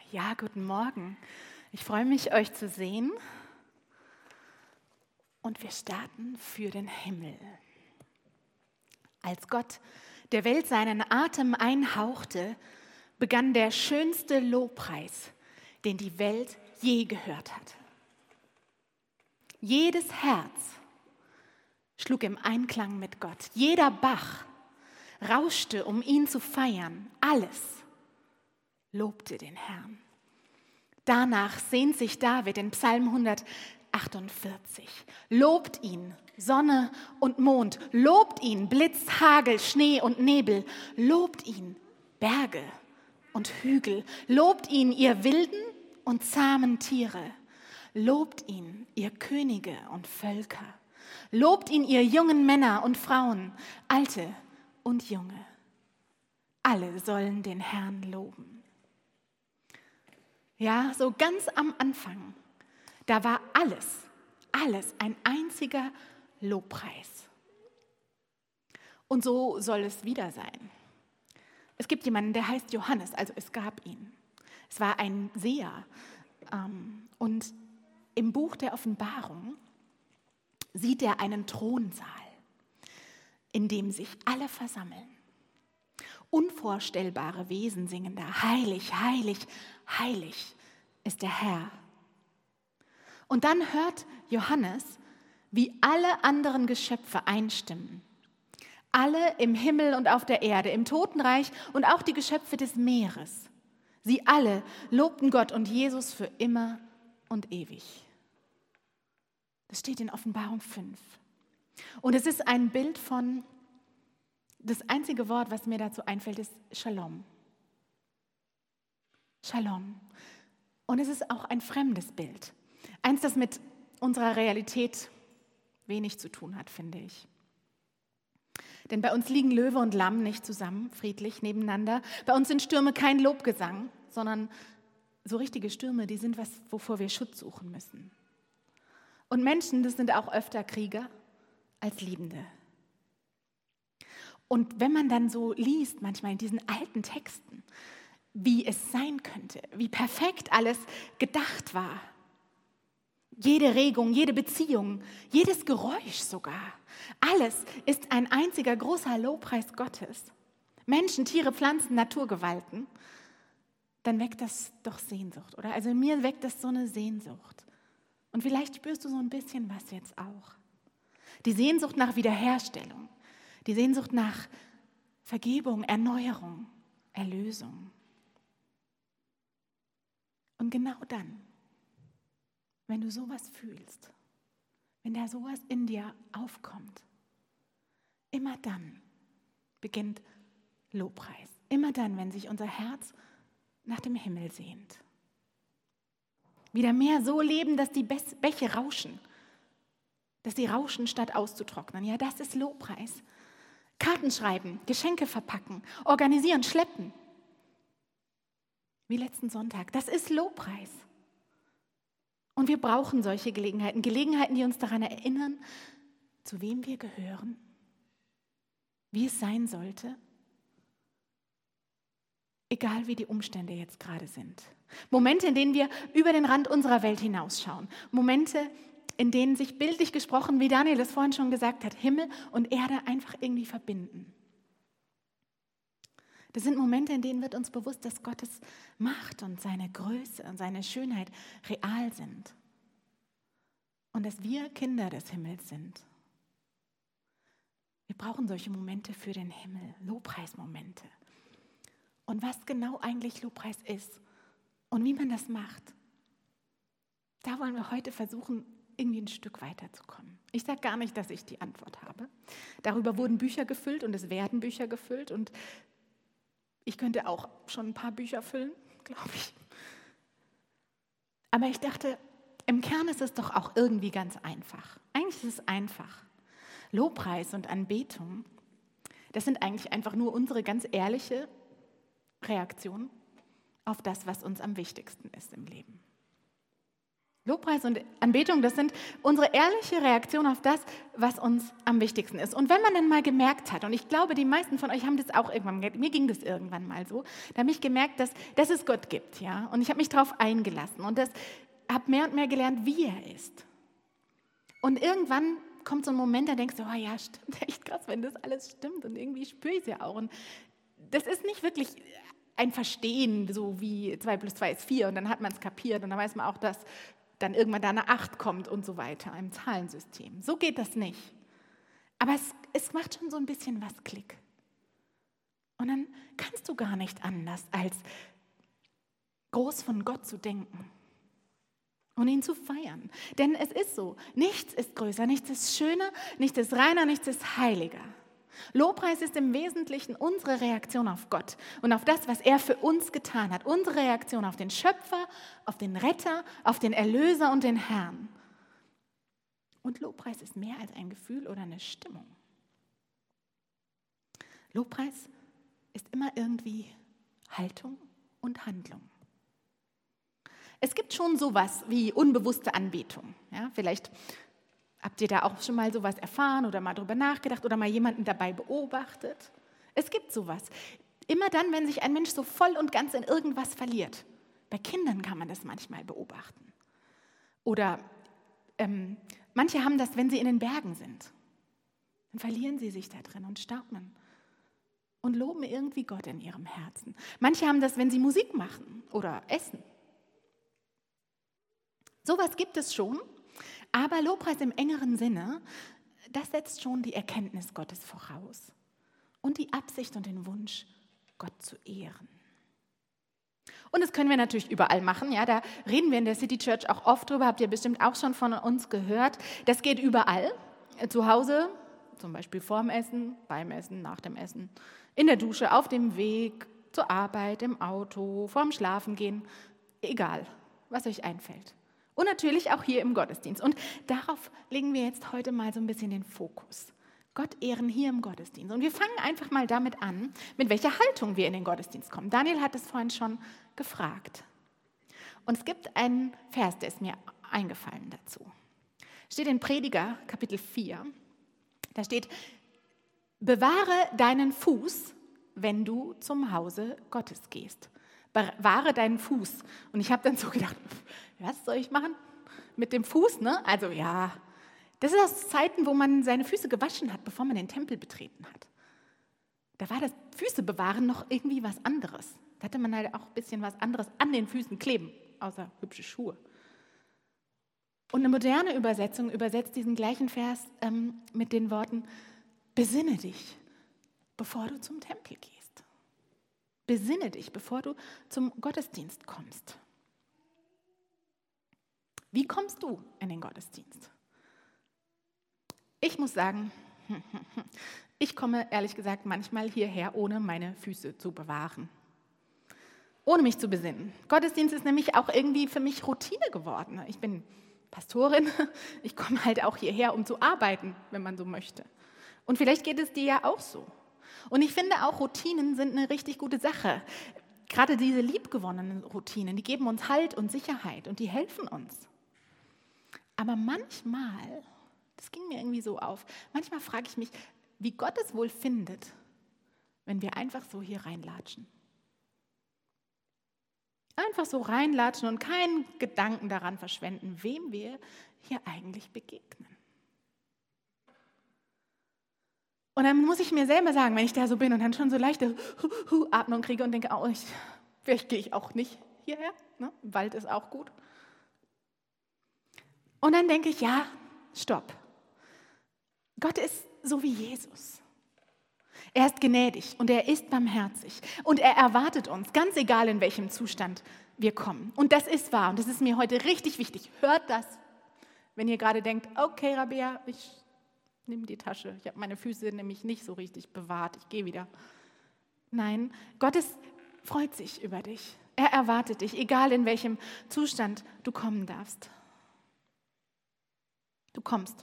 Ja, guten Morgen. Ich freue mich, euch zu sehen. Und wir starten für den Himmel. Als Gott der Welt seinen Atem einhauchte, begann der schönste Lobpreis, den die Welt je gehört hat. Jedes Herz schlug im Einklang mit Gott. Jeder Bach rauschte, um ihn zu feiern. Alles lobte den Herrn. Danach sehnt sich David in Psalm 148. Lobt ihn, Sonne und Mond. Lobt ihn, Blitz, Hagel, Schnee und Nebel. Lobt ihn, Berge und Hügel. Lobt ihn, ihr wilden und zahmen Tiere. Lobt ihn, ihr Könige und Völker. Lobt ihn, ihr jungen Männer und Frauen, Alte und Junge. Alle sollen den Herrn loben. Ja, so ganz am Anfang, da war alles ein einziger Lobpreis. Und so soll es wieder sein. Es gibt jemanden, der heißt Johannes, also es gab ihn. Es war ein Seher. Und im Buch der Offenbarung sieht er einen Thronsaal, in dem sich alle versammeln. Unvorstellbare Wesen singen da: Heilig, heilig, heilig ist der Herr. Und dann hört Johannes, wie alle anderen Geschöpfe einstimmen. Alle im Himmel und auf der Erde, im Totenreich und auch die Geschöpfe des Meeres. Sie alle lobten Gott und Jesus für immer und ewig. Das steht in Offenbarung 5. Und es ist ein Bild von, das einzige Wort, was mir dazu einfällt, ist Shalom. Shalom. Und es ist auch ein fremdes Bild. Eins, das mit unserer Realität wenig zu tun hat, finde ich. Denn bei uns liegen Löwe und Lamm nicht zusammen, friedlich nebeneinander. Bei uns sind Stürme kein Lobgesang, sondern so richtige Stürme, die sind was, wovor wir Schutz suchen müssen. Und Menschen, das sind auch öfter Krieger als Liebende. Und wenn man dann so liest, manchmal in diesen alten Texten, wie es sein könnte, wie perfekt alles gedacht war, jede Regung, jede Beziehung, jedes Geräusch sogar, alles ist ein einziger großer Lobpreis Gottes. Menschen, Tiere, Pflanzen, Naturgewalten, dann weckt das doch Sehnsucht, oder? Also in mir weckt das so eine Sehnsucht. Und vielleicht spürst du so ein bisschen was jetzt auch. Die Sehnsucht nach Wiederherstellung. Die Sehnsucht nach Vergebung, Erneuerung, Erlösung. Und genau dann, wenn du sowas fühlst, wenn da sowas in dir aufkommt, immer dann beginnt Lobpreis. Immer dann, wenn sich unser Herz nach dem Himmel sehnt. Wieder mehr so leben, dass die Bäche rauschen. Dass sie rauschen, statt auszutrocknen. Ja, das ist Lobpreis. Karten schreiben, Geschenke verpacken, organisieren, schleppen. Wie letzten Sonntag. Das ist Lobpreis. Und wir brauchen solche Gelegenheiten. Gelegenheiten, die uns daran erinnern, zu wem wir gehören, wie es sein sollte. Egal wie die Umstände jetzt gerade sind. Momente, in denen wir über den Rand unserer Welt hinausschauen. Momente, in denen sich bildlich gesprochen, wie Daniel es vorhin schon gesagt hat, Himmel und Erde einfach irgendwie verbinden. Das sind Momente, in denen wird uns bewusst, dass Gottes Macht und seine Größe und seine Schönheit real sind. Und dass wir Kinder des Himmels sind. Wir brauchen solche Momente für den Himmel, Lobpreismomente. Und was genau eigentlich Lobpreis ist und wie man das macht, da wollen wir heute versuchen, irgendwie ein Stück weiterzukommen. Ich sage gar nicht, dass ich die Antwort habe. Darüber wurden Bücher gefüllt und es werden Bücher gefüllt und ich könnte auch schon ein paar Bücher füllen, glaube ich. Aber ich dachte, im Kern ist es doch auch irgendwie ganz einfach. Eigentlich ist es einfach. Lobpreis und Anbetung, das sind eigentlich einfach nur unsere ganz ehrliche Reaktion auf das, was uns am wichtigsten ist im Leben. Lobpreis und Anbetung, das sind unsere ehrliche Reaktion auf das, was uns am wichtigsten ist. Und wenn man dann mal gemerkt hat, und ich glaube, die meisten von euch haben das auch irgendwann gemerkt, mir ging das irgendwann mal so, da habe ich gemerkt, dass es Gott gibt, ja, und ich habe mich darauf eingelassen und habe mehr und mehr gelernt, wie er ist. Und irgendwann kommt so ein Moment, da denkst du, oh ja, stimmt, echt krass, wenn das alles stimmt und irgendwie spüre ich es ja auch. Und das ist nicht wirklich ein Verstehen, so wie 2 + 2 ist 4 und dann hat man es kapiert und dann weiß man auch, dass dann irgendwann da eine 8 kommt und so weiter im Zahlensystem. So geht das nicht. Aber es macht schon so ein bisschen was Klick. Und dann kannst du gar nicht anders, als groß von Gott zu denken und ihn zu feiern. Denn es ist so, nichts ist größer, nichts ist schöner, nichts ist reiner, nichts ist heiliger. Lobpreis ist im Wesentlichen unsere Reaktion auf Gott und auf das, was er für uns getan hat. Unsere Reaktion auf den Schöpfer, auf den Retter, auf den Erlöser und den Herrn. Und Lobpreis ist mehr als ein Gefühl oder eine Stimmung. Lobpreis ist immer irgendwie Haltung und Handlung. Es gibt schon sowas wie unbewusste Anbetung. Ja, vielleicht habt ihr da auch schon mal sowas erfahren oder mal drüber nachgedacht oder mal jemanden dabei beobachtet? Es gibt sowas. Immer dann, wenn sich ein Mensch so voll und ganz in irgendwas verliert. Bei Kindern kann man das manchmal beobachten. Oder manche haben das, wenn sie in den Bergen sind. Dann verlieren sie sich da drin und staunen und loben irgendwie Gott in ihrem Herzen. Manche haben das, wenn sie Musik machen oder essen. Sowas gibt es schon. Aber Lobpreis im engeren Sinne, das setzt schon die Erkenntnis Gottes voraus und die Absicht und den Wunsch, Gott zu ehren. Und das können wir natürlich überall machen. Ja, da reden wir in der City Church auch oft drüber, habt ihr bestimmt auch schon von uns gehört. Das geht überall, zu Hause, zum Beispiel vorm Essen, beim Essen, nach dem Essen, in der Dusche, auf dem Weg, zur Arbeit, im Auto, vorm Schlafengehen, egal, was euch einfällt. Und natürlich auch hier im Gottesdienst. Und darauf legen wir jetzt heute mal so ein bisschen den Fokus. Gott ehren hier im Gottesdienst. Und wir fangen einfach mal damit an, mit welcher Haltung wir in den Gottesdienst kommen. Daniel hat es vorhin schon gefragt. Und es gibt einen Vers, der ist mir eingefallen dazu. Steht in Prediger, Kapitel 4. Da steht, bewahre deinen Fuß, wenn du zum Hause Gottes gehst. Bewahre deinen Fuß. Und ich habe dann so gedacht, was soll ich machen mit dem Fuß? Ne? Also ja, das ist aus Zeiten, wo man seine Füße gewaschen hat, bevor man den Tempel betreten hat. Da war das Füße bewahren noch irgendwie was anderes. Da hatte man halt auch ein bisschen was anderes an den Füßen kleben, außer hübsche Schuhe. Und eine moderne Übersetzung übersetzt diesen gleichen Vers mit den Worten, besinne dich, bevor du zum Tempel gehst. Besinne dich, bevor du zum Gottesdienst kommst. Wie kommst du in den Gottesdienst? Ich muss sagen, ich komme ehrlich gesagt manchmal hierher, ohne meine Füße zu bewahren. Ohne mich zu besinnen. Gottesdienst ist nämlich auch irgendwie für mich Routine geworden. Ich bin Pastorin, ich komme halt auch hierher, um zu arbeiten, wenn man so möchte. Und vielleicht geht es dir ja auch so. Und ich finde auch, Routinen sind eine richtig gute Sache. Gerade diese liebgewonnenen Routinen, die geben uns Halt und Sicherheit und die helfen uns. Aber manchmal, das ging mir irgendwie so auf, manchmal frage ich mich, wie Gott es wohl findet, wenn wir einfach so hier reinlatschen. Einfach so reinlatschen und keinen Gedanken daran verschwenden, wem wir hier eigentlich begegnen. Und dann muss ich mir selber sagen, wenn ich da so bin und dann schon so leichte Atmung kriege und denke, oh, vielleicht gehe ich auch nicht hierher, ne? Im Wald ist auch gut. Und dann denke ich, ja, stopp. Gott ist so wie Jesus. Er ist gnädig und er ist barmherzig und er erwartet uns, ganz egal in welchem Zustand wir kommen. Und das ist wahr und das ist mir heute richtig wichtig. Hört das, wenn ihr gerade denkt, okay, Rabea, ich nehme die Tasche. Ich habe meine Füße nämlich nicht so richtig bewahrt. Ich gehe wieder. Nein, Gott freut sich über dich. Er erwartet dich, egal in welchem Zustand du kommen darfst. Du kommst.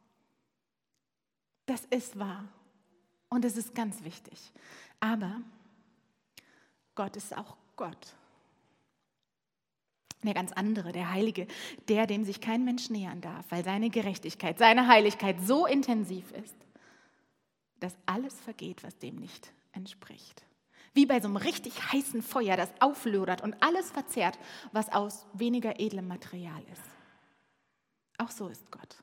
Das ist wahr. Und es ist ganz wichtig. Aber Gott ist auch Gott. Der ganz andere, der Heilige, der, dem sich kein Mensch nähern darf, weil seine Gerechtigkeit, seine Heiligkeit so intensiv ist, dass alles vergeht, was dem nicht entspricht. Wie bei so einem richtig heißen Feuer, das auflodert und alles verzehrt, was aus weniger edlem Material ist. Auch so ist Gott.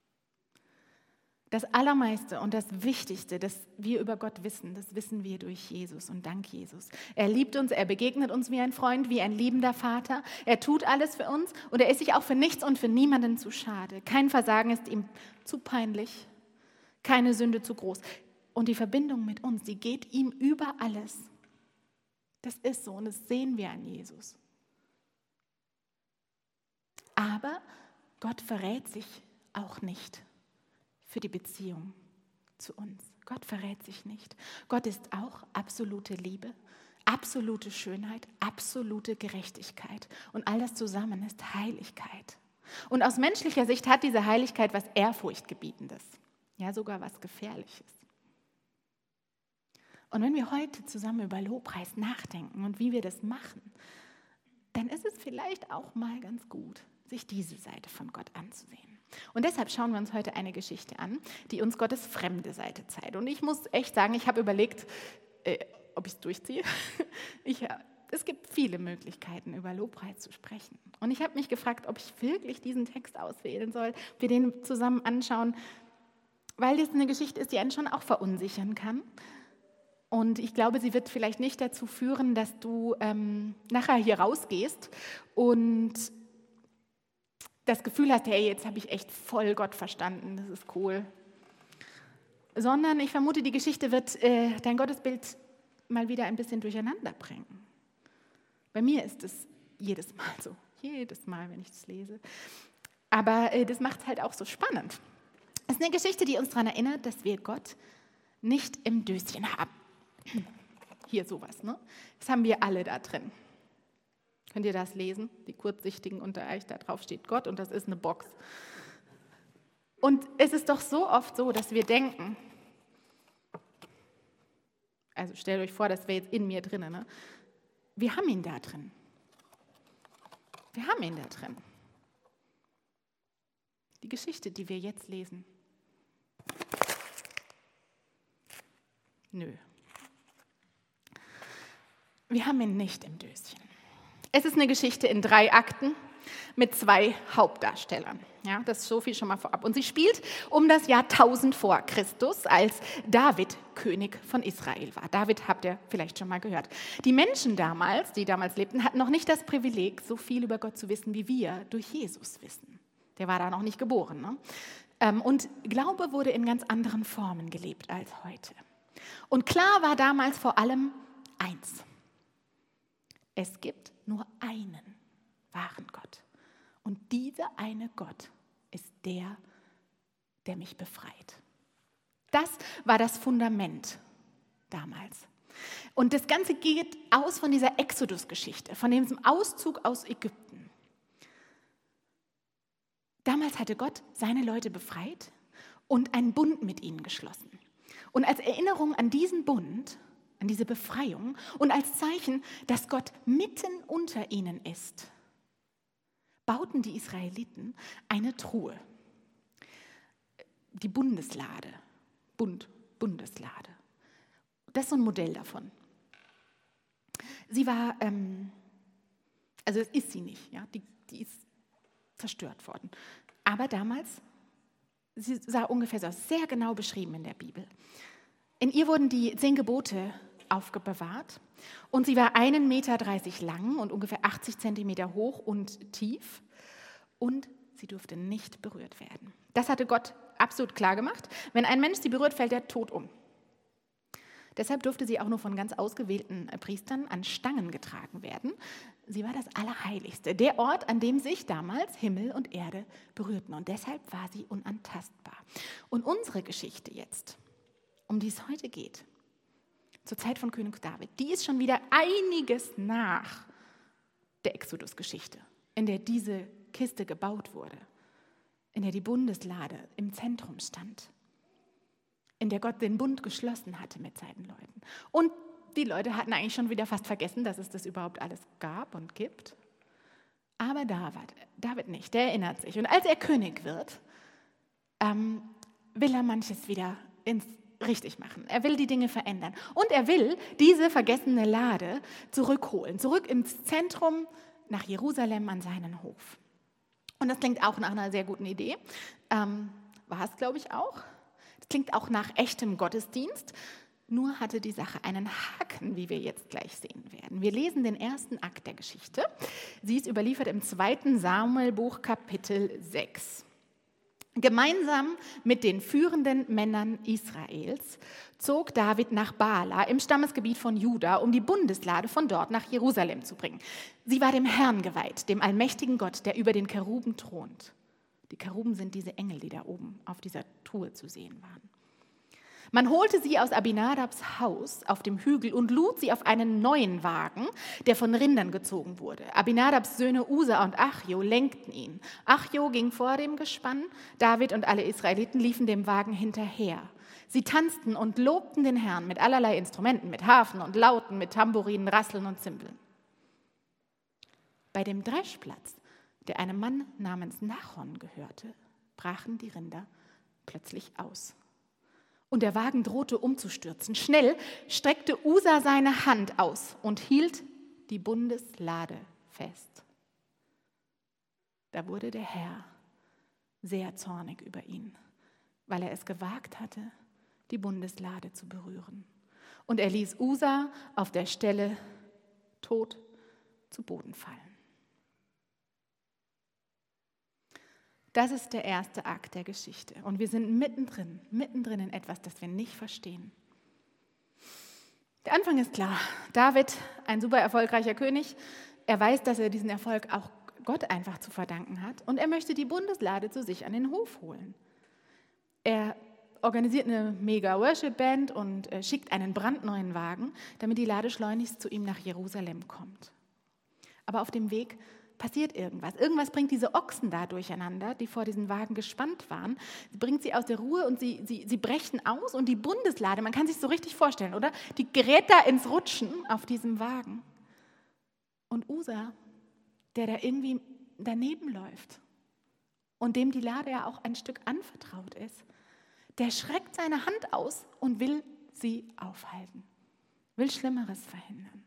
Das Allermeiste und das Wichtigste, das wir über Gott wissen, das wissen wir durch Jesus und dank Jesus. Er liebt uns, er begegnet uns wie ein Freund, wie ein liebender Vater. Er tut alles für uns und er ist sich auch für nichts und für niemanden zu schade. Kein Versagen ist ihm zu peinlich, keine Sünde zu groß. Und die Verbindung mit uns, die geht ihm über alles. Das ist so und das sehen wir an Jesus. Aber Gott verrät sich auch nicht für die Beziehung zu uns. Gott verrät sich nicht. Gott ist auch absolute Liebe, absolute Schönheit, absolute Gerechtigkeit. Und all das zusammen ist Heiligkeit. Und aus menschlicher Sicht hat diese Heiligkeit was Ehrfurchtgebietendes, ja sogar was Gefährliches. Und wenn wir heute zusammen über Lobpreis nachdenken und wie wir das machen, dann ist es vielleicht auch mal ganz gut, sich diese Seite von Gott anzusehen. Und deshalb schauen wir uns heute eine Geschichte an, die uns Gottes fremde Seite zeigt. Und ich muss echt sagen, ich habe überlegt, ob ich es durchziehe. Es gibt viele Möglichkeiten, über Lobpreis zu sprechen. Und ich habe mich gefragt, ob ich wirklich diesen Text auswählen soll, wir den zusammen anschauen, weil das eine Geschichte ist, die einen schon auch verunsichern kann. Und ich glaube, sie wird vielleicht nicht dazu führen, dass du nachher hier rausgehst und das Gefühl hast, hey, jetzt habe ich echt voll Gott verstanden, das ist cool. Sondern ich vermute, die Geschichte wird dein Gottesbild mal wieder ein bisschen durcheinander bringen. Bei mir ist es jedes Mal so, jedes Mal, wenn ich das lese. Aber das macht es halt auch so spannend. Es ist eine Geschichte, die uns daran erinnert, dass wir Gott nicht im Döschen haben. Hier sowas, ne? Das haben wir alle da drin. Könnt ihr das lesen? Die Kurzsichtigen unter euch, da drauf steht Gott und das ist eine Box. Und es ist doch so oft so, dass wir denken, also stellt euch vor, das wäre jetzt in mir drin, ne? Wir haben ihn da drin. Wir haben ihn da drin. Die Geschichte, die wir jetzt lesen. Nö. Wir haben ihn nicht im Döschen. Es ist eine Geschichte in 3 Akten mit 2 Hauptdarstellern. Ja, das ist so viel schon mal vorab. Und sie spielt um das Jahr 1000 vor Christus, als David König von Israel war. David habt ihr vielleicht schon mal gehört. Die Menschen damals, die damals lebten, hatten noch nicht das Privileg, so viel über Gott zu wissen, wie wir durch Jesus wissen. Der war da noch nicht geboren. Ne? Und Glaube wurde in ganz anderen Formen gelebt als heute. Und klar war damals vor allem eins: Es gibt nur einen wahren Gott. Und dieser eine Gott ist der, der mich befreit. Das war das Fundament damals. Und das Ganze geht aus von dieser Exodus-Geschichte, von diesem Auszug aus Ägypten. Damals hatte Gott seine Leute befreit und einen Bund mit ihnen geschlossen. Und als Erinnerung an diesen Bund, an diese Befreiung und als Zeichen, dass Gott mitten unter ihnen ist, bauten die Israeliten eine Truhe. Die Bundeslade. Bundeslade. Das ist so ein Modell davon. Sie war, also es ist sie nicht, ja, die ist zerstört worden. Aber damals, sie sah ungefähr so aus, sehr genau beschrieben in der Bibel. In ihr wurden die 10 Gebote aufbewahrt und sie war 1,30 Meter lang und ungefähr 80 Zentimeter hoch und tief und sie durfte nicht berührt werden. Das hatte Gott absolut klar gemacht. Wenn ein Mensch sie berührt, fällt er tot um. Deshalb durfte sie auch nur von ganz ausgewählten Priestern an Stangen getragen werden. Sie war das Allerheiligste, der Ort, an dem sich damals Himmel und Erde berührten. Und deshalb war sie unantastbar. Und unsere Geschichte jetzt, um die es heute geht, zur Zeit von König David, die ist schon wieder einiges nach der Exodus-Geschichte, in der diese Kiste gebaut wurde, in der die Bundeslade im Zentrum stand, in der Gott den Bund geschlossen hatte mit seinen Leuten. Und die Leute hatten eigentlich schon wieder fast vergessen, dass es das überhaupt alles gab und gibt. Aber David nicht, der erinnert sich. Und als er König wird, will er manches wieder richtig machen. Er will die Dinge verändern. Und er will diese vergessene Lade zurückholen, zurück ins Zentrum, nach Jerusalem an seinen Hof. Und das klingt auch nach einer sehr guten Idee. War es, glaube ich, auch. Das klingt auch nach echtem Gottesdienst. Nur hatte die Sache einen Haken, wie wir jetzt gleich sehen werden. Wir lesen den ersten Akt der Geschichte. Sie ist überliefert im 2. Samuelbuch, Kapitel 6. Gemeinsam mit den führenden Männern Israels zog David nach Baala im Stammesgebiet von Juda, um die Bundeslade von dort nach Jerusalem zu bringen. Sie war dem Herrn geweiht, dem allmächtigen Gott, der über den Keruben thront. Die Keruben sind diese Engel, die da oben auf dieser Truhe zu sehen waren. Man holte sie aus Abinadabs Haus auf dem Hügel und lud sie auf einen neuen Wagen, der von Rindern gezogen wurde. Abinadabs Söhne Usa und Achjo lenkten ihn. Achjo ging vor dem Gespann, David und alle Israeliten liefen dem Wagen hinterher. Sie tanzten und lobten den Herrn mit allerlei Instrumenten, mit Harfen und Lauten, mit Tamburinen, Rasseln und Zimbeln. Bei dem Dreschplatz, der einem Mann namens Nachon gehörte, brachen die Rinder plötzlich aus. Und der Wagen drohte umzustürzen. Schnell streckte Usa seine Hand aus und hielt die Bundeslade fest. Da wurde der Herr sehr zornig über ihn, weil er es gewagt hatte, die Bundeslade zu berühren. Und er ließ Usa auf der Stelle tot zu Boden fallen. Das ist der erste Akt der Geschichte. Und wir sind mittendrin in etwas, das wir nicht verstehen. Der Anfang ist klar. David, ein super erfolgreicher König, er weiß, dass er diesen Erfolg auch Gott einfach zu verdanken hat. Und er möchte die Bundeslade zu sich an den Hof holen. Er organisiert eine Mega-Worship-Band und schickt einen brandneuen Wagen, damit die Lade schleunigst zu ihm nach Jerusalem kommt. Aber auf dem Weg passiert irgendwas. Irgendwas bringt diese Ochsen da durcheinander, die vor diesen Wagen gespannt waren. Sie bringt sie aus der Ruhe und sie brechen aus und die Bundeslade, man kann sich so richtig vorstellen, oder? Die gerät da ins Rutschen auf diesem Wagen. Und Usa, der da irgendwie daneben läuft und dem die Lade ja auch ein Stück anvertraut ist, der schreckt seine Hand aus und will sie aufhalten, will Schlimmeres verhindern.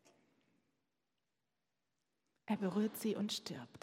Er berührt sie und stirbt.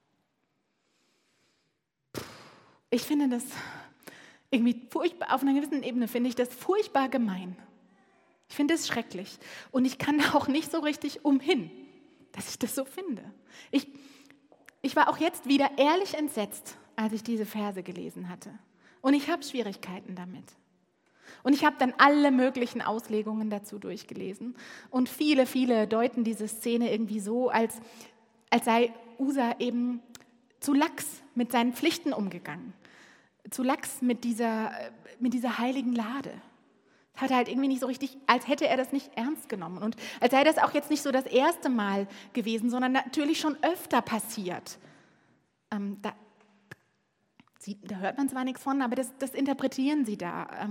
Ich finde das irgendwie furchtbar, auf einer gewissen Ebene finde ich das furchtbar gemein. Ich finde es schrecklich. Und ich kann auch nicht so richtig umhin, dass ich das so finde. Ich war auch jetzt wieder ehrlich entsetzt, als ich diese Verse gelesen hatte. Und ich habe Schwierigkeiten damit. Und ich habe dann alle möglichen Auslegungen dazu durchgelesen. Und viele deuten diese Szene irgendwie so, als sei Usa eben zu lax mit seinen Pflichten umgegangen. Zu lax mit dieser heiligen Lade. Das hat er halt irgendwie nicht so richtig, als hätte er das nicht ernst genommen. Und als sei das auch jetzt nicht so das erste Mal gewesen, sondern natürlich schon öfter passiert. Da hört man zwar nichts von, aber das interpretieren sie da.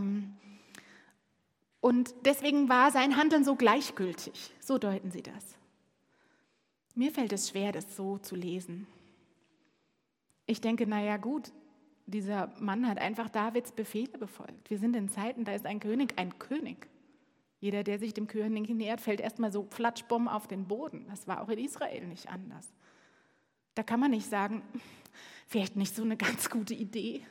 Und deswegen war sein Handeln so gleichgültig. So deuten sie das. Mir fällt es schwer, das so zu lesen. Ich denke, naja gut, dieser Mann hat einfach Davids Befehle befolgt. Wir sind in Zeiten, da ist ein König ein König. Jeder, der sich dem König nähert, fällt erstmal so Flatschbomben auf den Boden. Das war auch in Israel nicht anders. Da kann man nicht sagen, vielleicht nicht so eine ganz gute Idee.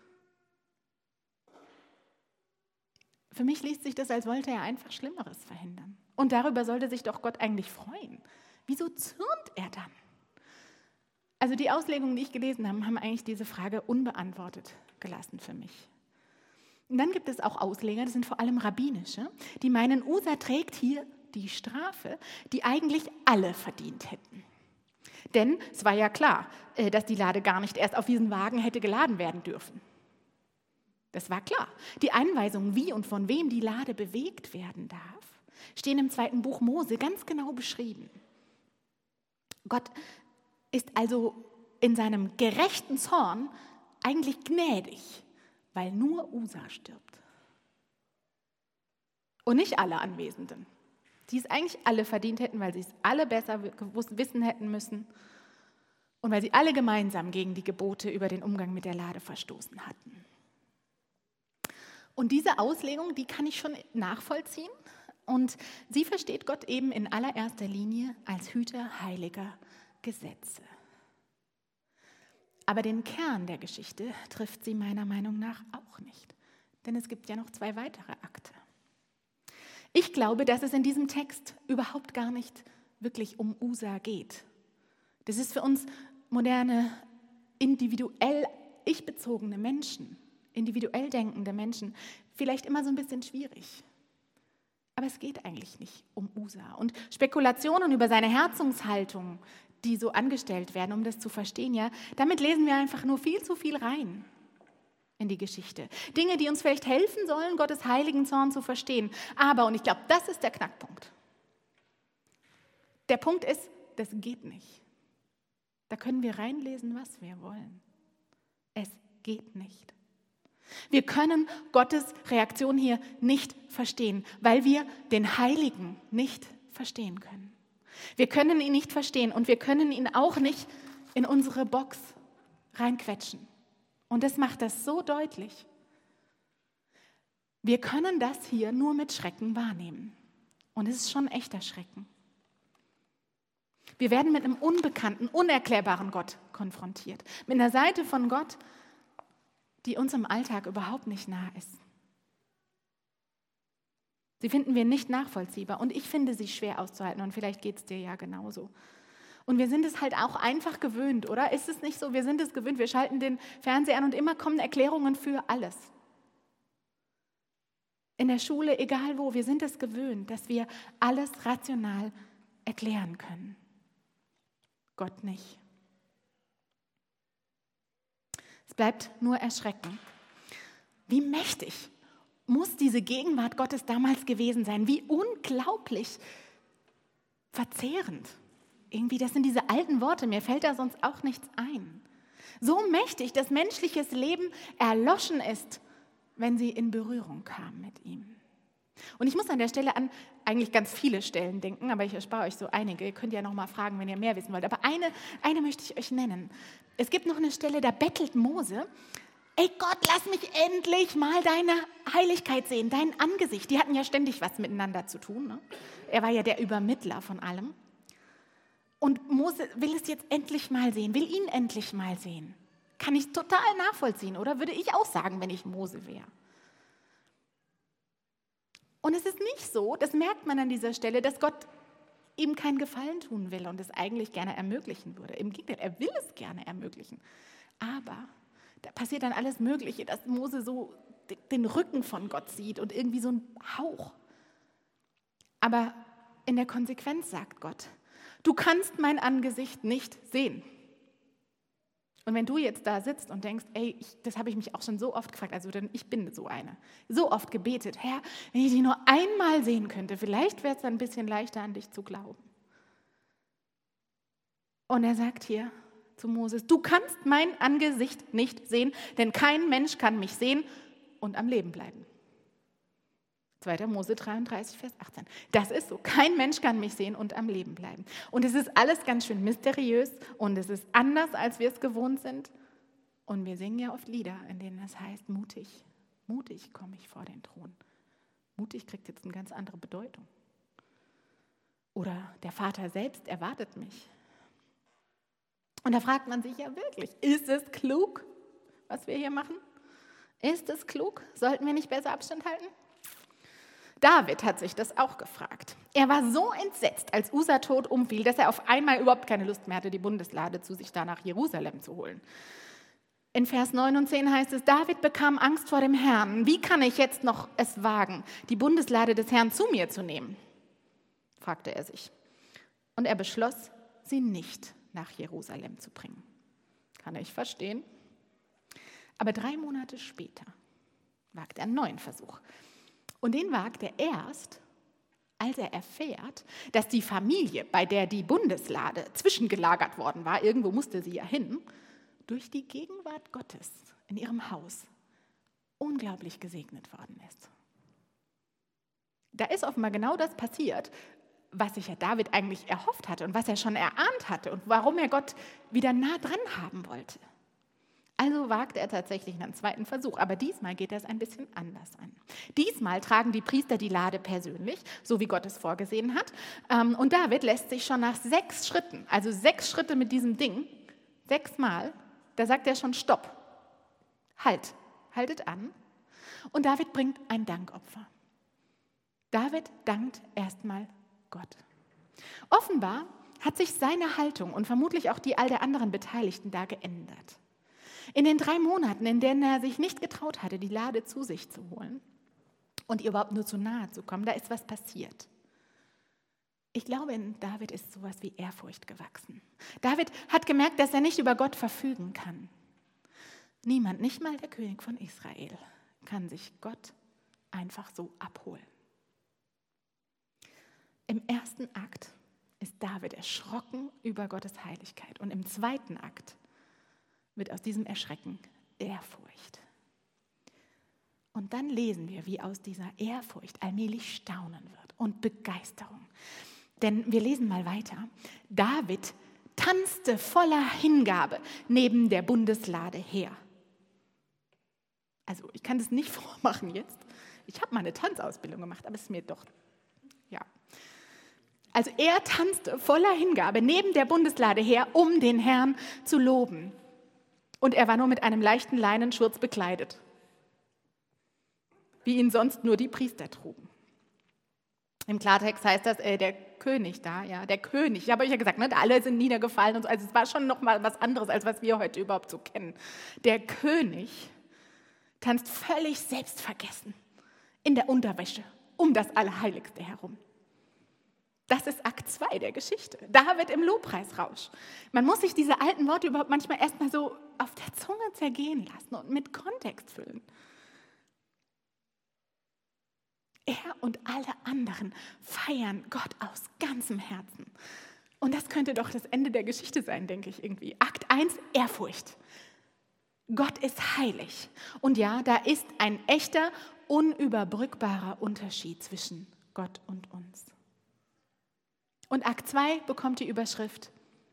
Für mich liest sich das, als wollte er einfach Schlimmeres verhindern. Und darüber sollte sich doch Gott eigentlich freuen. Wieso zürnt er dann? Also die Auslegungen, die ich gelesen habe, haben eigentlich diese Frage unbeantwortet gelassen für mich. Und dann gibt es auch Ausleger, das sind vor allem rabbinische, die meinen, Usa trägt hier die Strafe, die eigentlich alle verdient hätten. Denn es war ja klar, dass die Lade gar nicht erst auf diesen Wagen hätte geladen werden dürfen. Das war klar. Die Anweisungen, wie und von wem die Lade bewegt werden darf, stehen im 2. Buch Mose ganz genau beschrieben. Gott ist also in seinem gerechten Zorn eigentlich gnädig, weil nur Usa stirbt. Und nicht alle Anwesenden, die es eigentlich alle verdient hätten, weil sie es alle besser wissen hätten müssen. und weil sie alle gemeinsam gegen die Gebote über den Umgang mit der Lade verstoßen hatten. Und diese Auslegung, die kann ich schon nachvollziehen. Und sie versteht Gott eben in allererster Linie als Hüter heiliger Gesetze. Aber den Kern der Geschichte trifft sie meiner Meinung nach auch nicht. Denn es gibt ja noch 2 weitere Akte. Ich glaube, dass es in diesem Text überhaupt gar nicht wirklich um Usa geht. Das ist für uns moderne, individuell ich-bezogene Menschen, individuell denkende Menschen, vielleicht immer so ein bisschen schwierig. Aber es geht eigentlich nicht um Usa. Und Spekulationen über seine Herzungshaltung, die so angestellt werden, um das zu verstehen, ja, damit lesen wir einfach nur viel zu viel rein in die Geschichte. Dinge, die uns vielleicht helfen sollen, Gottes heiligen Zorn zu verstehen. Aber, und ich glaube, das ist der Knackpunkt. Der Punkt ist, das geht nicht. Da können wir reinlesen, was wir wollen. Es geht nicht. Wir können Gottes Reaktion hier nicht verstehen, weil wir den Heiligen nicht verstehen können. Wir können ihn nicht verstehen und wir können ihn auch nicht in unsere Box reinquetschen. Und das macht das so deutlich. Wir können das hier nur mit Schrecken wahrnehmen. Und es ist schon echter Schrecken. Wir werden mit einem unbekannten, unerklärbaren Gott konfrontiert. Mit einer Seite von Gott, die uns im Alltag überhaupt nicht nah ist. Sie finden wir nicht nachvollziehbar und ich finde sie schwer auszuhalten und vielleicht geht es dir ja genauso. Und wir sind es halt auch einfach gewöhnt, oder? Ist es nicht so? Wir sind es gewöhnt, wir schalten den Fernseher an und immer kommen Erklärungen für alles. In der Schule, egal wo, wir sind es gewöhnt, dass wir alles rational erklären können. Gott nicht. Es bleibt nur erschrecken. Wie mächtig muss diese Gegenwart Gottes damals gewesen sein? Wie unglaublich verzehrend. Irgendwie, das sind diese alten Worte, mir fällt da sonst auch nichts ein. So mächtig, dass menschliches Leben erloschen ist, wenn sie in Berührung kam mit ihm. Und ich muss an der Stelle an eigentlich ganz viele Stellen denken, aber ich erspare euch so einige. Ihr könnt ja noch mal fragen, wenn ihr mehr wissen wollt. Aber eine möchte ich euch nennen. Es gibt noch eine Stelle, da bettelt Mose: Ey Gott, lass mich endlich mal deine Heiligkeit sehen, dein Angesicht. Die hatten ja ständig was miteinander zu tun. Ne? Er war ja der Übermittler von allem. Und Mose will es jetzt endlich mal sehen, will ihn endlich mal sehen. Kann ich total nachvollziehen, oder? Würde ich auch sagen, wenn ich Mose wäre. Und es ist nicht so, das merkt man an dieser Stelle, dass Gott ihm keinen Gefallen tun will und es eigentlich gerne ermöglichen würde. Im Gegenteil, er will es gerne ermöglichen. Aber da passiert dann alles Mögliche, dass Mose so den Rücken von Gott sieht und irgendwie so ein Hauch. Aber in der Konsequenz sagt Gott: Du kannst mein Angesicht nicht sehen. Und wenn du jetzt da sitzt und denkst, ey, das habe ich mich auch schon so oft gefragt, also denn ich bin so eine, so oft gebetet, Herr, wenn ich dich nur einmal sehen könnte, vielleicht wäre es dann ein bisschen leichter, an dich zu glauben. Und er sagt hier zu Moses: Du kannst mein Angesicht nicht sehen, denn kein Mensch kann mich sehen und am Leben bleiben. 2. Mose 33, Vers 18. Das ist so. Kein Mensch kann mich sehen und am Leben bleiben. Und es ist alles ganz schön mysteriös und es ist anders, als wir es gewohnt sind. Und wir singen ja oft Lieder, in denen es heißt, mutig, mutig komme ich vor den Thron. Mutig kriegt jetzt eine ganz andere Bedeutung. Oder der Vater selbst erwartet mich. Und da fragt man sich ja wirklich, ist es klug, was wir hier machen? Ist es klug? Sollten wir nicht besser Abstand halten? David hat sich das auch gefragt. Er war so entsetzt, als Usa tot umfiel, dass er auf einmal überhaupt keine Lust mehr hatte, die Bundeslade zu sich da nach Jerusalem zu holen. In Vers 9 und 10 heißt es: David bekam Angst vor dem Herrn. Wie kann ich jetzt noch es wagen, die Bundeslade des Herrn zu mir zu nehmen? Fragte er sich. Und er beschloss, sie nicht nach Jerusalem zu bringen. Kann ich verstehen. Aber 3 Monate später wagt er einen neuen Versuch. Und den wagt er erst, als er erfährt, dass die Familie, bei der die Bundeslade zwischengelagert worden war, irgendwo musste sie ja hin, durch die Gegenwart Gottes in ihrem Haus unglaublich gesegnet worden ist. Da ist offenbar genau das passiert, was sich ja David eigentlich erhofft hatte und was er schon erahnt hatte und warum er Gott wieder nah dran haben wollte. Also wagt er tatsächlich einen zweiten Versuch, aber diesmal geht er es ein bisschen anders an. Diesmal tragen die Priester die Lade persönlich, so wie Gott es vorgesehen hat. Und David lässt sich schon nach 6 Schritten, also 6 Schritte mit diesem Ding, 6 Mal, da sagt er schon Stopp, haltet an. Und David bringt ein Dankopfer. David dankt erstmal Gott. Offenbar hat sich seine Haltung und vermutlich auch die all der anderen Beteiligten da geändert. In den 3 Monaten, in denen er sich nicht getraut hatte, die Lade zu sich zu holen und ihr überhaupt nur zu nahe zu kommen, da ist was passiert. Ich glaube, in David ist sowas wie Ehrfurcht gewachsen. David hat gemerkt, dass er nicht über Gott verfügen kann. Niemand, nicht mal der König von Israel, kann sich Gott einfach so abholen. Im ersten Akt ist David erschrocken über Gottes Heiligkeit und im zweiten Akt wird aus diesem Erschrecken Ehrfurcht. Und dann lesen wir, wie aus dieser Ehrfurcht allmählich Staunen wird und Begeisterung. Denn wir lesen mal weiter. David tanzte voller Hingabe neben der Bundeslade her. Also ich kann das nicht vormachen jetzt. Ich habe mal eine Tanzausbildung gemacht, aber es ist mir doch, ja. Also er tanzte voller Hingabe neben der Bundeslade her, um den Herrn zu loben. Und er war nur mit einem leichten Leinenschurz bekleidet, wie ihn sonst nur die Priester trugen. Im Klartext heißt das, der König da, ja, der König. Ich habe euch ja gesagt, ne, alle sind niedergefallen und so. Also es war schon noch mal was anderes, als was wir heute überhaupt so kennen. Der König tanzt völlig selbstvergessen in der Unterwäsche um das Allerheiligste herum. Das ist Akt 2 der Geschichte. David im Lobpreisrausch. Man muss sich diese alten Worte überhaupt manchmal erstmal so auf der Zunge zergehen lassen und mit Kontext füllen. Er und alle anderen feiern Gott aus ganzem Herzen. Und das könnte doch das Ende der Geschichte sein, denke ich irgendwie. Akt 1, Ehrfurcht. Gott ist heilig. Und ja, da ist ein echter, unüberbrückbarer Unterschied zwischen Gott und uns. Und Akt 2 bekommt die Überschrift: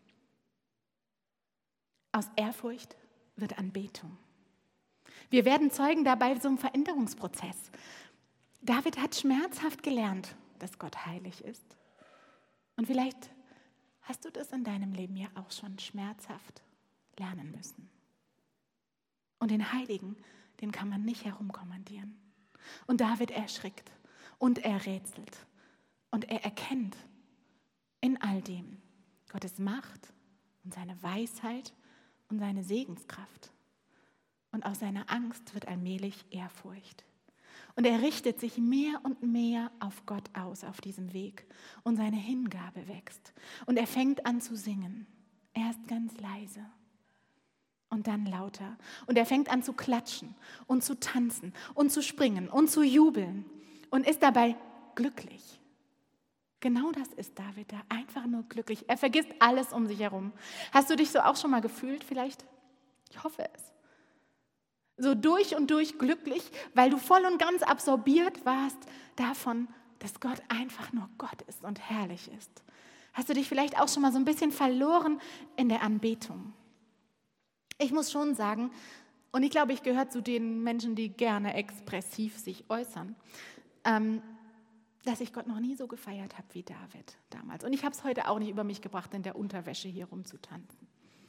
Aus Ehrfurcht wird Anbetung. Wir werden Zeugen dabei so einem Veränderungsprozess. David hat schmerzhaft gelernt, dass Gott heilig ist. Und vielleicht hast du das in deinem Leben ja auch schon schmerzhaft lernen müssen. Und den Heiligen, den kann man nicht herumkommandieren. Und David erschrickt und er rätselt und er erkennt in all dem Gottes Macht und seine Weisheit und seine Segenskraft. Und aus seiner Angst wird allmählich Ehrfurcht. Und er richtet sich mehr und mehr auf Gott aus auf diesem Weg. Und seine Hingabe wächst. Und er fängt an zu singen. Erst ganz leise und dann lauter. Und er fängt an zu klatschen und zu tanzen und zu springen und zu jubeln. Und ist dabei glücklich. Genau das ist David da, einfach nur glücklich. Er vergisst alles um sich herum. Hast du dich so auch schon mal gefühlt vielleicht? Ich hoffe es. So durch und durch glücklich, weil du voll und ganz absorbiert warst davon, dass Gott einfach nur Gott ist und herrlich ist. Hast du dich vielleicht auch schon mal so ein bisschen verloren in der Anbetung? Ich muss schon sagen, und ich glaube, ich gehöre zu den Menschen, die gerne expressiv sich äußern, dass ich Gott noch nie so gefeiert habe wie David damals. Und ich habe es heute auch nicht über mich gebracht, in der Unterwäsche hier rumzutanzen.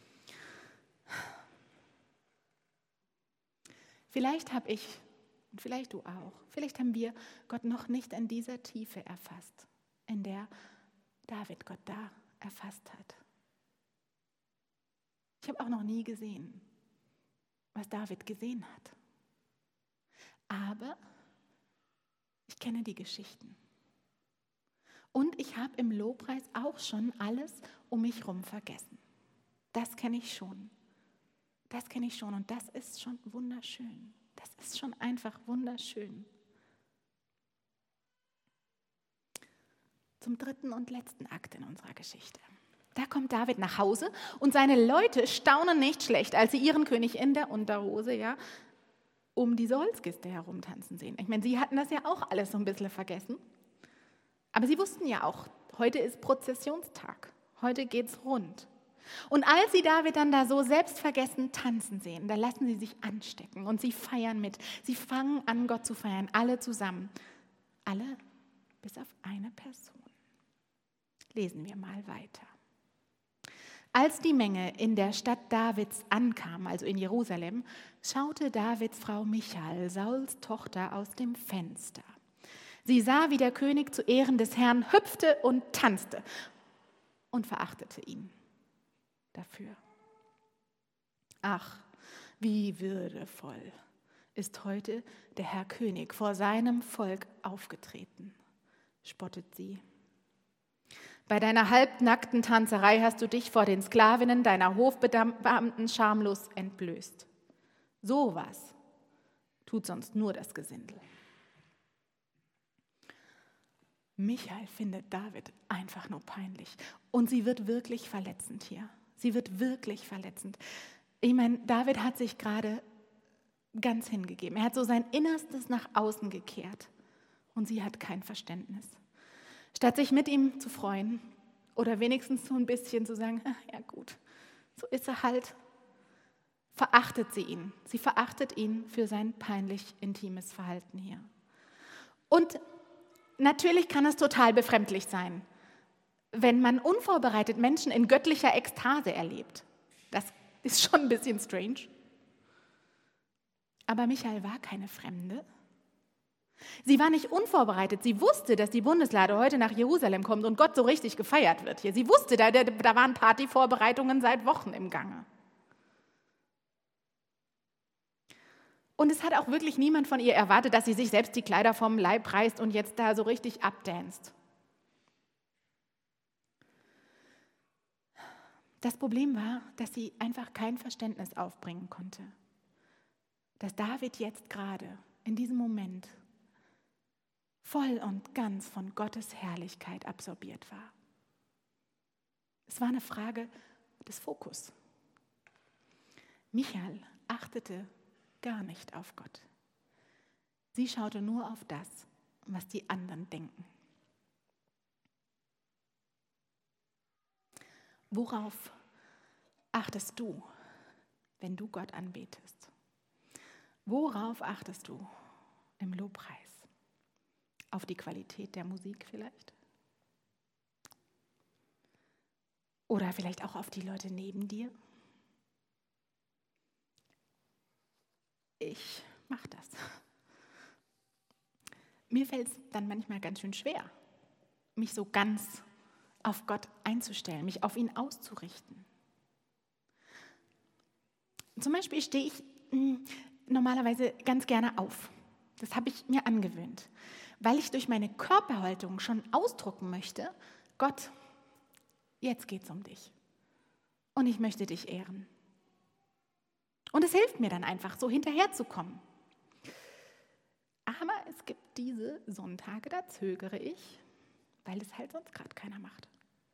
Vielleicht habe ich, und vielleicht du auch, vielleicht haben wir Gott noch nicht in dieser Tiefe erfasst, in der David Gott da erfasst hat. Ich habe auch noch nie gesehen, was David gesehen hat. Aber ich kenne die Geschichten. Und ich habe im Lobpreis auch schon alles um mich herum vergessen. Das kenne ich schon. Das kenne ich schon und das ist schon wunderschön. Das ist schon einfach wunderschön. Zum 3. und letzten Akt in unserer Geschichte. Da kommt David nach Hause und seine Leute staunen nicht schlecht, als sie ihren König in der Unterhose, ja, um diese Holzkiste herumtanzen sehen. Ich meine, sie hatten das ja auch alles so ein bisschen vergessen. Aber sie wussten ja auch, heute ist Prozessionstag, heute geht's rund. Und als sie David dann da so selbstvergessen tanzen sehen, da lassen sie sich anstecken und sie feiern mit. Sie fangen an, Gott zu feiern, alle zusammen. Alle bis auf eine Person. Lesen wir mal weiter. Als die Menge in der Stadt Davids ankam, also in Jerusalem, schaute Davids Frau Michal, Sauls Tochter, aus dem Fenster. Sie sah, wie der König zu Ehren des Herrn hüpfte und tanzte und verachtete ihn dafür. Ach, wie würdevoll ist heute der Herr König vor seinem Volk aufgetreten, spottet sie. Bei deiner halbnackten Tanzerei hast du dich vor den Sklavinnen deiner Hofbeamten schamlos entblößt. Sowas tut sonst nur das Gesindel. Michal findet David einfach nur peinlich. Und sie wird wirklich verletzend hier. Sie wird wirklich verletzend. Ich meine, David hat sich gerade ganz hingegeben. Er hat so sein Innerstes nach außen gekehrt. Und sie hat kein Verständnis. Statt sich mit ihm zu freuen oder wenigstens so ein bisschen zu sagen, ja gut, so ist er halt, verachtet sie ihn. Sie verachtet ihn für sein peinlich intimes Verhalten hier. Und natürlich kann es total befremdlich sein, wenn man unvorbereitet Menschen in göttlicher Ekstase erlebt. Das ist schon ein bisschen strange. Aber Michal war keine Fremde. Sie war nicht unvorbereitet. Sie wusste, dass die Bundeslade heute nach Jerusalem kommt und Gott so richtig gefeiert wird hier. Sie wusste, da waren Partyvorbereitungen seit Wochen im Gange. Und es hat auch wirklich niemand von ihr erwartet, dass sie sich selbst die Kleider vom Leib reißt und jetzt da so richtig abdanzt. Das Problem war, dass sie einfach kein Verständnis aufbringen konnte. Dass David jetzt gerade in diesem Moment voll und ganz von Gottes Herrlichkeit absorbiert war. Es war eine Frage des Fokus. Michal achtete gar nicht auf Gott. Sie schaute nur auf das, was die anderen denken. Worauf achtest du, wenn du Gott anbetest? Worauf achtest du im Lobpreis? Auf die Qualität der Musik vielleicht? Oder vielleicht auch auf die Leute neben dir? Ich mache das. Mir fällt es dann manchmal ganz schön schwer, mich so ganz auf Gott einzustellen, mich auf ihn auszurichten. Zum Beispiel stehe ich normalerweise ganz gerne auf. Das habe ich mir angewöhnt, weil ich durch meine Körperhaltung schon ausdrücken möchte, Gott, jetzt geht's um dich und ich möchte dich ehren. Und es hilft mir dann einfach, so hinterherzukommen. Aber es gibt diese Sonntage, da zögere ich, weil es halt sonst gerade keiner macht.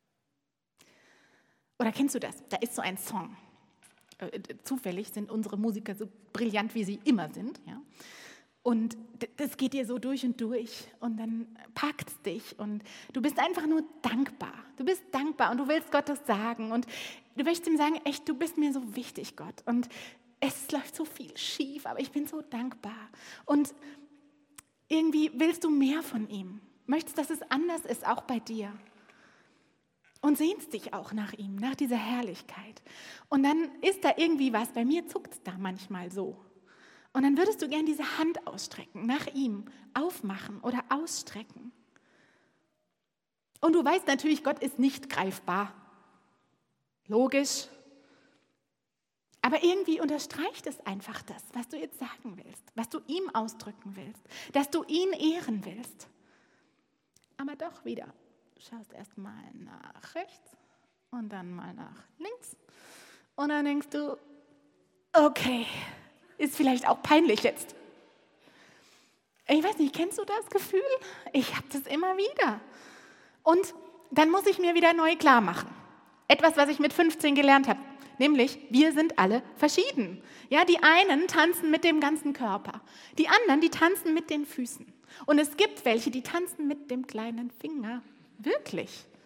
Oder kennst du das? Da ist so ein Song. Zufällig sind unsere Musiker so brillant, wie sie immer sind. Ja? Und das geht dir so durch und durch und dann packt es dich und du bist einfach nur dankbar. Du bist dankbar und du willst Gott das sagen und du möchtest ihm sagen, echt, du bist mir so wichtig, Gott. Und es läuft so viel schief, aber ich bin so dankbar. Und irgendwie willst du mehr von ihm. Möchtest, dass es anders ist, auch bei dir. Und sehnst dich auch nach ihm, nach dieser Herrlichkeit. Und dann ist da irgendwie was, bei mir zuckt es da manchmal so. Und dann würdest du gern diese Hand ausstrecken, nach ihm aufmachen oder ausstrecken. Und du weißt natürlich, Gott ist nicht greifbar. Logisch. Aber irgendwie unterstreicht es einfach das, was du jetzt sagen willst, was du ihm ausdrücken willst, dass du ihn ehren willst. Aber doch wieder, du schaust erst mal nach rechts und dann mal nach links. Und dann denkst du, okay, ist vielleicht auch peinlich jetzt. Ich weiß nicht, kennst du das Gefühl? Ich habe das immer wieder. Und dann muss ich mir wieder neu klar machen. Etwas, was ich mit 15 gelernt habe. Nämlich, wir sind alle verschieden. Ja, die einen tanzen mit dem ganzen Körper. Die anderen, die tanzen mit den Füßen. Und es gibt welche, die tanzen mit dem kleinen Finger. Wirklich.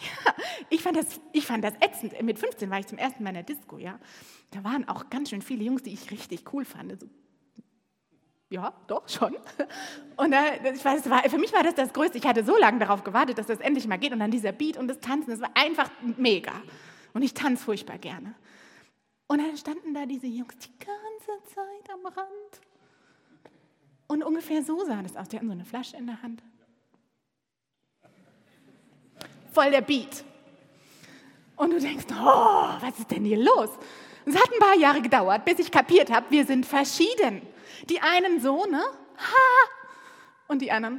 Ich fand das ätzend. Mit 15 war ich zum ersten Mal in der Disco, ja. Da waren auch ganz schön viele Jungs, die ich richtig cool fand. So, ja, doch, schon. Und für mich war das Größte. Ich hatte so lange darauf gewartet, dass das endlich mal geht. Und dann dieser Beat und das Tanzen, das war einfach mega. Und ich tanze furchtbar gerne. Und dann standen da diese Jungs die ganze Zeit am Rand. Und ungefähr so sah das aus. Die hatten so eine Flasche in der Hand. Voll der Beat. Und du denkst, oh, was ist denn hier los? Es hat ein paar Jahre gedauert, bis ich kapiert habe, wir sind verschieden. Die einen so, ne? Ha! Und die anderen,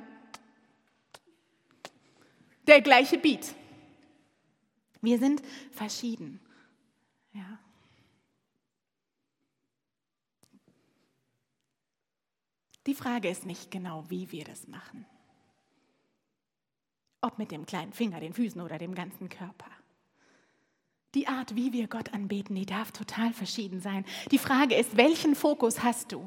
der gleiche Beat. Wir sind verschieden. Ja. Die Frage ist nicht genau, wie wir das machen. Ob mit dem kleinen Finger, den Füßen oder dem ganzen Körper. Die Art, wie wir Gott anbeten, die darf total verschieden sein. Die Frage ist, welchen Fokus hast du,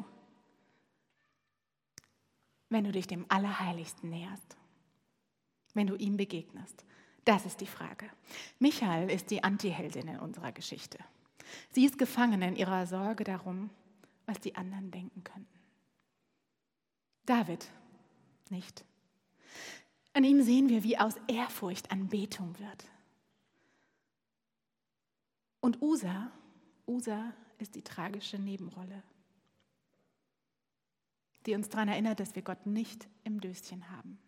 wenn du dich dem Allerheiligsten näherst? Wenn du ihm begegnest? Das ist die Frage. Michael ist die Antiheldin in unserer Geschichte. Sie ist gefangen in ihrer Sorge darum, was die anderen denken könnten. David nicht. An ihm sehen wir, wie aus Ehrfurcht Anbetung wird. Und Usa ist die tragische Nebenrolle, die uns daran erinnert, dass wir Gott nicht im Döschen haben.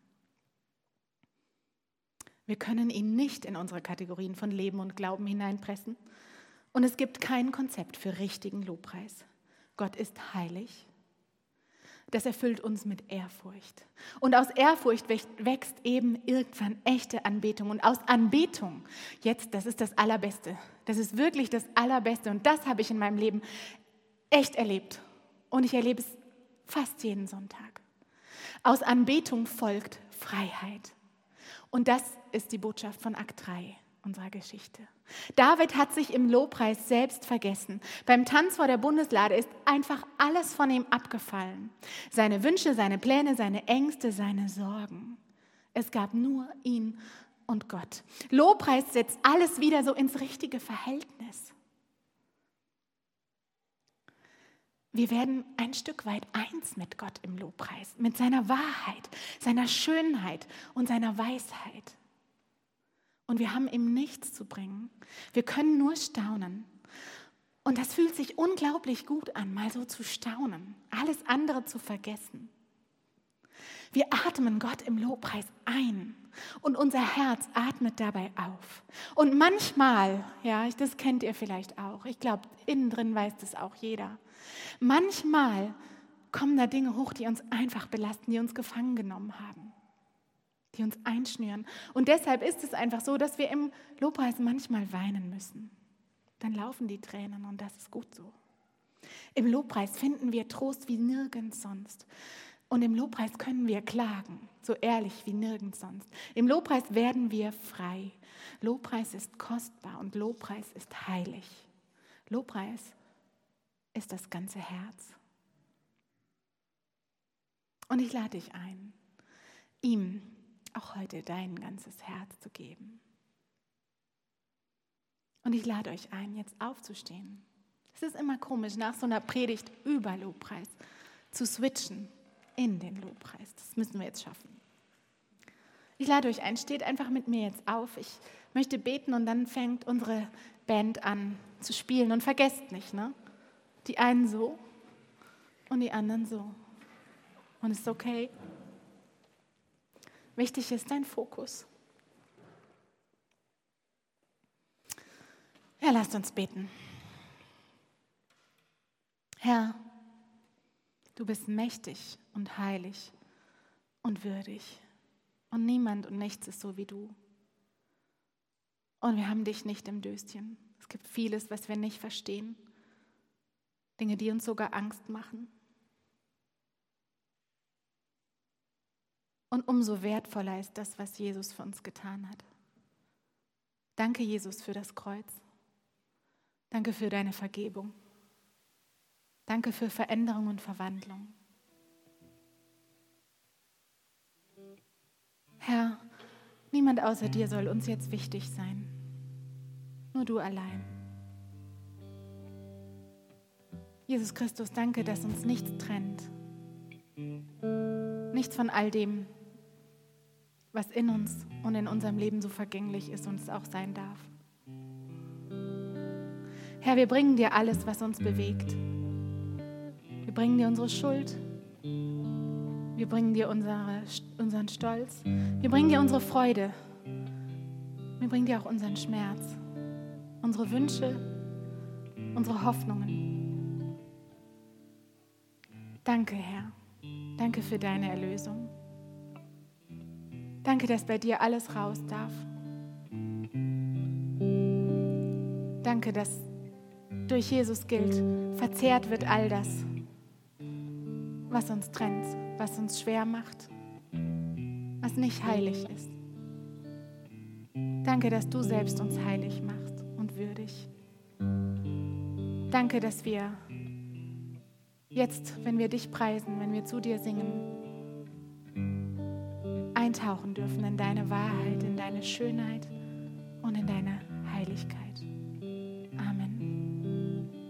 Wir können ihn nicht in unsere Kategorien von Leben und Glauben hineinpressen. Und es gibt kein Konzept für richtigen Lobpreis. Gott ist heilig. Das erfüllt uns mit Ehrfurcht. Und aus Ehrfurcht wächst eben irgendwann echte Anbetung. Und aus Anbetung, jetzt, das ist das Allerbeste. Das ist wirklich das Allerbeste. Und das habe ich in meinem Leben echt erlebt. Und ich erlebe es fast jeden Sonntag. Aus Anbetung folgt Freiheit. Und das ist die Botschaft von Akt 3 unserer Geschichte. David hat sich im Lobpreis selbst vergessen. Beim Tanz vor der Bundeslade ist einfach alles von ihm abgefallen. Seine Wünsche, seine Pläne, seine Ängste, seine Sorgen. Es gab nur ihn und Gott. Lobpreis setzt alles wieder so ins richtige Verhältnis. Wir werden ein Stück weit eins mit Gott im Lobpreis, mit seiner Wahrheit, seiner Schönheit und seiner Weisheit. Und wir haben ihm nichts zu bringen. Wir können nur staunen. Und das fühlt sich unglaublich gut an, mal so zu staunen, alles andere zu vergessen. Wir atmen Gott im Lobpreis ein und unser Herz atmet dabei auf. Und manchmal, ja, das kennt ihr vielleicht auch, ich glaube, innen drin weiß das auch jeder, manchmal kommen da Dinge hoch, die uns einfach belasten, die uns gefangen genommen haben, die uns einschnüren. Und deshalb ist es einfach so, dass wir im Lobpreis manchmal weinen müssen. Dann laufen die Tränen und das ist gut so. Im Lobpreis finden wir Trost wie nirgends sonst. Und im Lobpreis können wir klagen, so ehrlich wie nirgends sonst. Im Lobpreis werden wir frei. Lobpreis ist kostbar und Lobpreis ist heilig. Lobpreis ist das ganze Herz. Und ich lade dich ein, ihm auch heute dein ganzes Herz zu geben. Und ich lade euch ein, jetzt aufzustehen. Es ist immer komisch, nach so einer Predigt über Lobpreis zu switchen in den Lobpreis. Das müssen wir jetzt schaffen. Ich lade euch ein, steht einfach mit mir jetzt auf. Ich möchte beten und dann fängt unsere Band an zu spielen. Und vergesst nicht, ne? Die einen so und die anderen so. Und es ist okay. Wichtig ist dein Fokus. Ja, lasst uns beten. Herr, du bist mächtig und heilig und würdig. Und niemand und nichts ist so wie du. Und wir haben dich nicht im Döschen. Es gibt vieles, was wir nicht verstehen. Dinge, die uns sogar Angst machen. Und umso wertvoller ist das, was Jesus für uns getan hat. Danke, Jesus, für das Kreuz. Danke für deine Vergebung. Danke für Veränderung und Verwandlung. Herr, Niemand außer dir soll uns jetzt wichtig sein. Nur du allein. Jesus Christus, danke, dass uns nichts trennt. Nichts von all dem, was in uns und in unserem Leben so vergänglich ist und es auch sein darf. Herr, wir bringen dir alles, was uns bewegt. Wir bringen dir unsere Schuld. Wir bringen dir unseren Stolz. Wir bringen dir unsere Freude. Wir bringen dir auch unseren Schmerz, unsere Wünsche, unsere Hoffnungen. Danke, Herr. Danke für deine Erlösung. Danke, dass bei dir alles raus darf. Danke, dass durch Jesus gilt, verzehrt wird all das, was uns trennt, was uns schwer macht, was nicht heilig ist. Danke, dass du selbst uns heilig machst und würdig. Danke, dass wir jetzt, wenn wir dich preisen, wenn wir zu dir singen, eintauchen dürfen in deine Wahrheit, in deine Schönheit und in deine